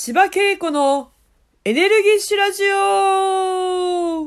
千葉恵子のエネルギッシュラジオ。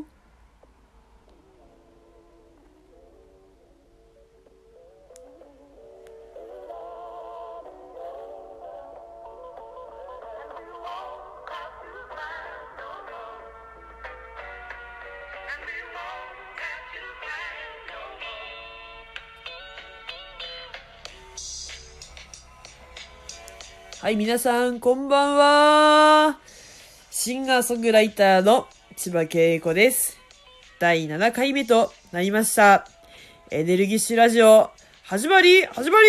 はい、皆さん、こんばんは。シンガーソングライターの千葉恵子です。第7回目となりました。エネルギッシュラジオ、始まりイエ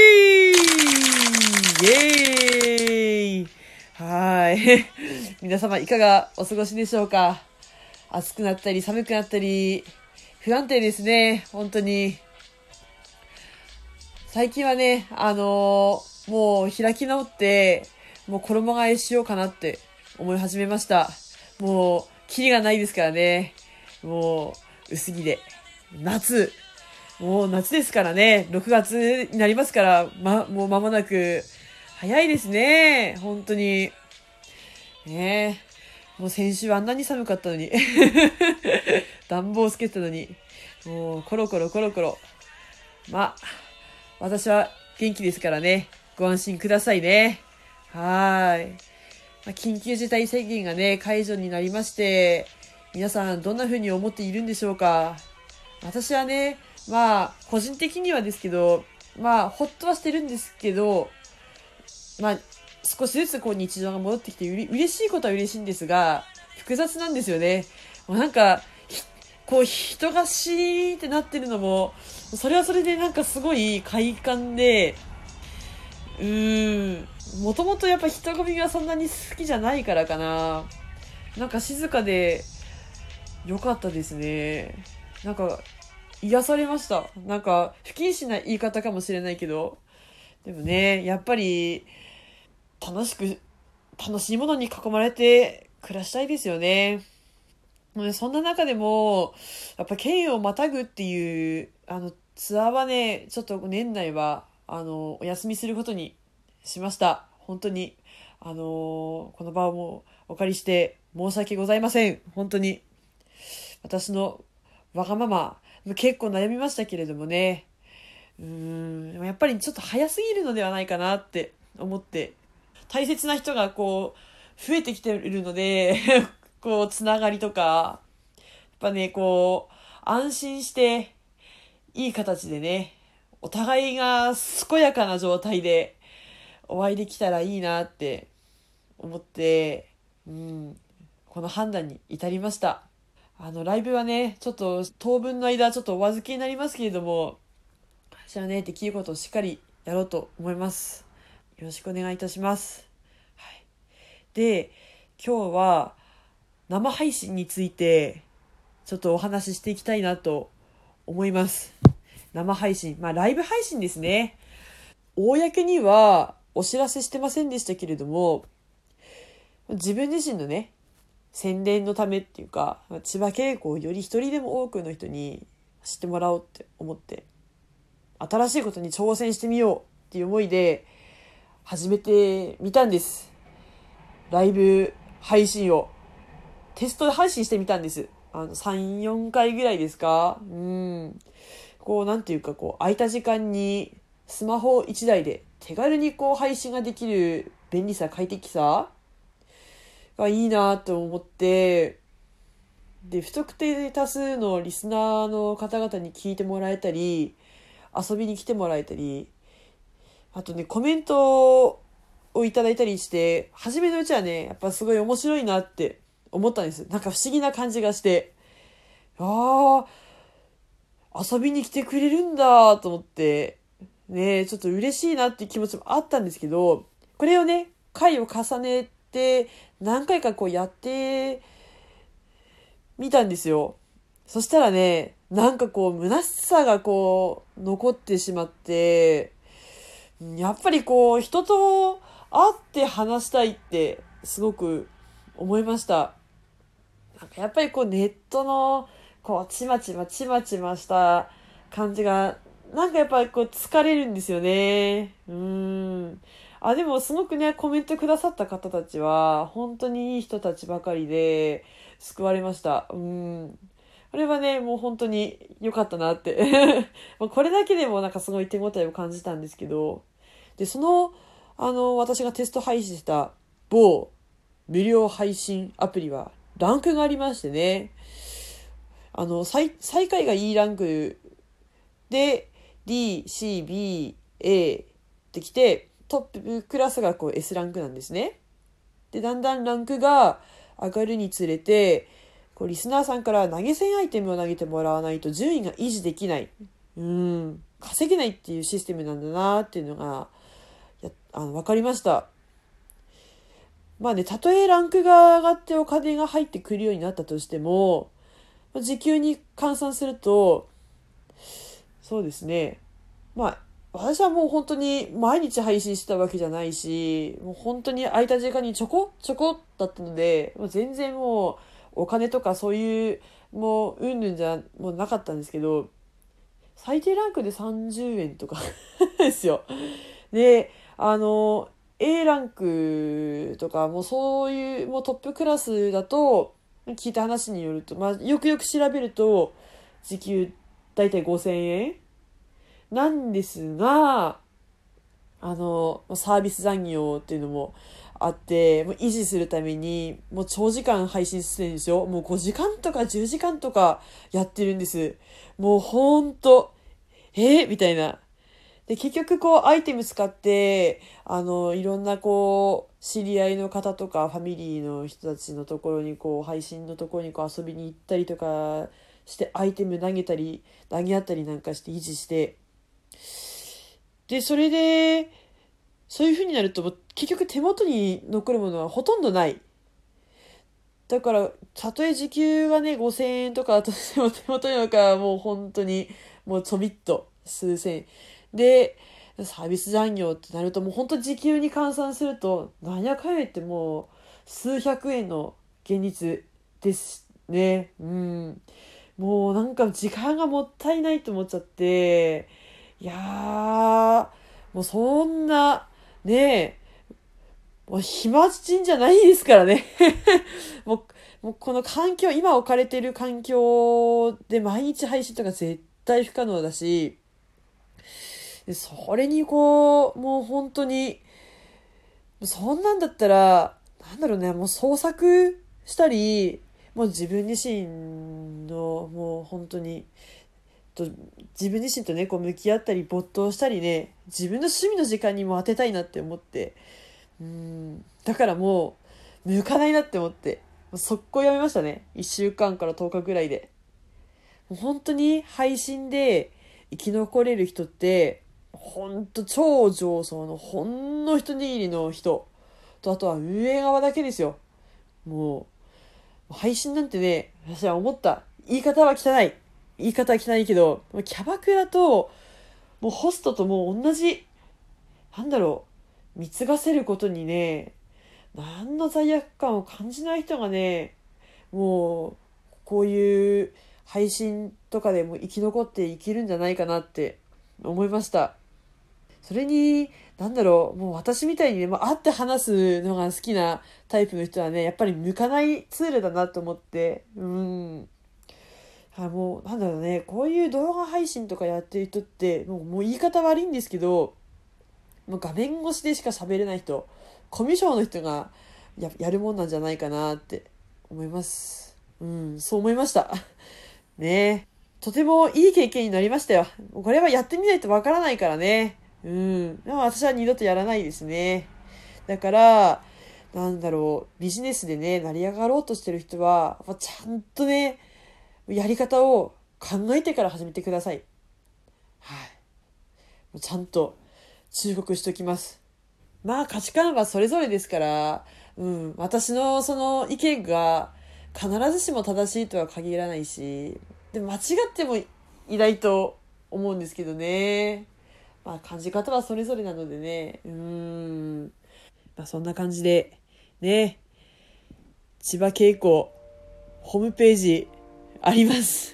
ーイはい。皆様、いかがお過ごしでしょうか。暑くなったり、寒くなったり、不安定ですね。本当に。最近はね、もう開き直って、もう衣替えしようかなって思い始めました。もう、キリがないですからね。もう、薄着で。もう夏ですからね。6月になりますから、もう間もなく、早いですね。本当に。ねえ。もう先週あんなに寒かったのに。暖房つけてたのに。もう、コロコロ。まあ、私は元気ですからね。ご安心くださいね。緊急事態宣言がね、解除になりまして、皆さんどんな風に思っているんでしょうか。私はね、個人的にはですけど、ほっとはしてるんですけど、少しずつこう日常が戻ってきて嬉しいことは嬉しいんですが、複雑なんですよね。もうなんか、こう人がシーンってなってるのも、それはそれでなんかすごい快感で、もともとやっぱ人混みがそんなに好きじゃないからかな。なんか静かで良かったですね。なんか癒されました。なんか不謹慎な言い方かもしれないけど、でもね、やっぱり楽しいものに囲まれて暮らしたいですよね。そんな中でも、やっぱ県をまたぐっていう、ツアーはね、ちょっと年内は、お休みすることにしました。本当に、この場をもうお借りして申し訳ございません。本当に。私のわがまま、結構悩みましたけれどもね。でもやっぱりちょっと早すぎるのではないかなって思って、大切な人がこう、増えてきているので、こう、つながりとか、やっぱね、こう、安心して、いい形でね、お互いが健やかな状態でお会いできたらいいなって思って、この判断に至りました。ライブはね、ちょっと当分の間ちょっとお預けになりますけれども、私はね、できることをしっかりやろうと思います。よろしくお願いいたします。はい。で、今日は生配信についてちょっとお話ししていきたいなと思います。生配信。ライブ配信ですね。公にはお知らせしてませんでしたけれども、自分自身のね、宣伝のためっていうか、千葉恵子をより一人でも多くの人に知ってもらおうって思って、新しいことに挑戦してみようっていう思いで始めてみたんです。ライブ配信をテスト配信してみたんです。3、4回ぐらいですか。こう、なんていうか、こう、空いた時間にスマホ1台で手軽にこう配信ができる便利さ、快適さがいいなと思って、で、不特定多数のリスナーの方々に聞いてもらえたり、遊びに来てもらえたり、あとね、コメントをいただいたりして、初めのうちはね、やっぱすごい面白いなって思ったんです。なんか不思議な感じがして、遊びに来てくれるんだと思って、ね、ちょっと嬉しいなっていう気持ちもあったんですけど、これをね、回を重ねて、何回かこうやってみたんですよ。そしたらね、なんかこう、虚しさがこう、残ってしまって、やっぱりこう、人と会って話したいってすごく思いました。なんかやっぱりこうネットのこうちまちました感じがなんかやっぱりこう疲れるんですよね。 でもすごくね、コメントくださった方たちは、本当にいい人たちばかりで、救われました。これはね、もう本当に良かったなってこれだけでもなんかすごい手応えを感じたんですけど、で、私がテスト配信した某無料配信アプリは、ランクがありましてね、最下位が E ランクで、D、C、B、A ってきて、トップクラスがこう S ランクなんですね。で、だんだんランクが上がるにつれて、こうリスナーさんから投げ銭アイテムを投げてもらわないと順位が維持できない。稼げないっていうシステムなんだなっていうのが、わかりました。まあね、たとえランクが上がってお金が入ってくるようになったとしても、時給に換算すると、そうですね。まあ、私はもう本当に毎日配信してたわけじゃないし、もう本当に空いた時間にちょこちょこだったので、もう全然もうお金とかそういう、もううんぬんじゃもうなかったんですけど、最低ランクで30円とかですよ。で、A ランクとか、もうそういう、もうトップクラスだと、聞いた話によると、まあ、よくよく調べると、時給だいたい5000円なんですが、サービス残業っていうのもあって、もう維持するために、もう長時間配信してるんですよ。もう5時間とか10時間とかやってるんです。もうほんと、みたいな。で、結局こうアイテム使って、いろんなこう、知り合いの方とかファミリーの人たちのところにこう、配信のところにこう遊びに行ったりとかして、アイテム投げたり、投げ合ったりなんかして維持して、で、それで、そういう風になると、結局手元に残るものはほとんどない。だから、たとえ時給がね、5000円とかだとしても手元に残るはもう本当に、もうちょびっと、数千円。で、サービス残業ってなるともう本当時給に換算すると、なんやかんや言ってもう、数百円の現実ですね。もうなんか時間がもったいないと思っちゃって、いやー、もうそんな、ねえ、もう暇人じゃないですからね。ももうこの環境、今置かれてる環境で毎日配信とか絶対不可能だし、でそれにこう、もう本当に、そんなんだったら、なんだろうね、もう創作したり、もう自分自身の、もう本当に、と自分自身とね、こう向き合ったり没頭したりね、自分の趣味の時間にも当てたいなって思って、だからもう、向かないなって思って、速攻やめましたね。1週間から10日ぐらいで。もう本当に配信で生き残れる人って、本当超上層のほんの一握りの人と、あとは運営側だけですよ。もう、配信なんてね、私は思った。言い方は汚い。言い方は汚いけど、キャバクラと、もうホストともう同じ、なんだろう、貢がせることにね、何の罪悪感を感じない人がね、もう、こういう配信とかでも生き残っていけるんじゃないかなって思いました。それに、なんだろう、もう私みたいにね、会って話すのが好きなタイプの人はね、やっぱり向かないツールだなと思って、もう、なんだろうね、こういう動画配信とかやってる人って、もう言い方悪いんですけど、もう画面越しでしか喋れない人、コミュ障の人がやるもんなんじゃないかなって思います。そう思いました。ねえ。とてもいい経験になりましたよ。これはやってみないとわからないからね。でも私は二度とやらないですね。だから、なんだろう、ビジネスでね、成り上がろうとしてる人は、ちゃんとね、やり方を考えてから始めてください。はい。ちゃんと忠告しておきます。まあ価値観はそれぞれですから、私のその意見が必ずしも正しいとは限らないし、でも間違ってもいないと思うんですけどね。まあ感じ方はそれぞれなのでね。まあそんな感じで、ね、千葉恵子、ホームページあります。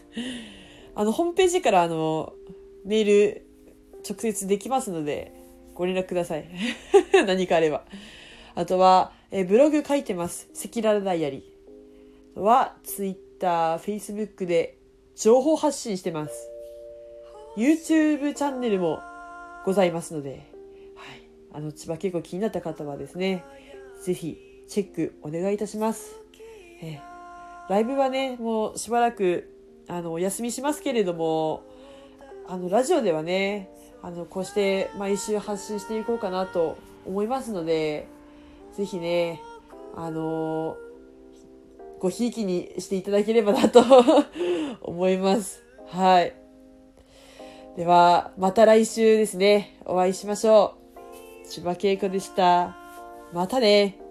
ホームページからメール直接できますので、 ご連絡ください。何かあれば。あとは、ブログ書いてます。赤裸々ダイアリー。あとは、Twitter、Facebook で情報発信してます。YouTube チャンネルもございますので、はい。千葉結構気になった方はですね、ぜひチェックお願いいたします。ライブはね、もうしばらく、お休みしますけれども、ラジオではね、こうして毎週発信していこうかなと思いますので、ぜひね、ごひいきにしていただければなと思います。はい。では、また来週ですね、お会いしましょう。千葉恵子でした。またね。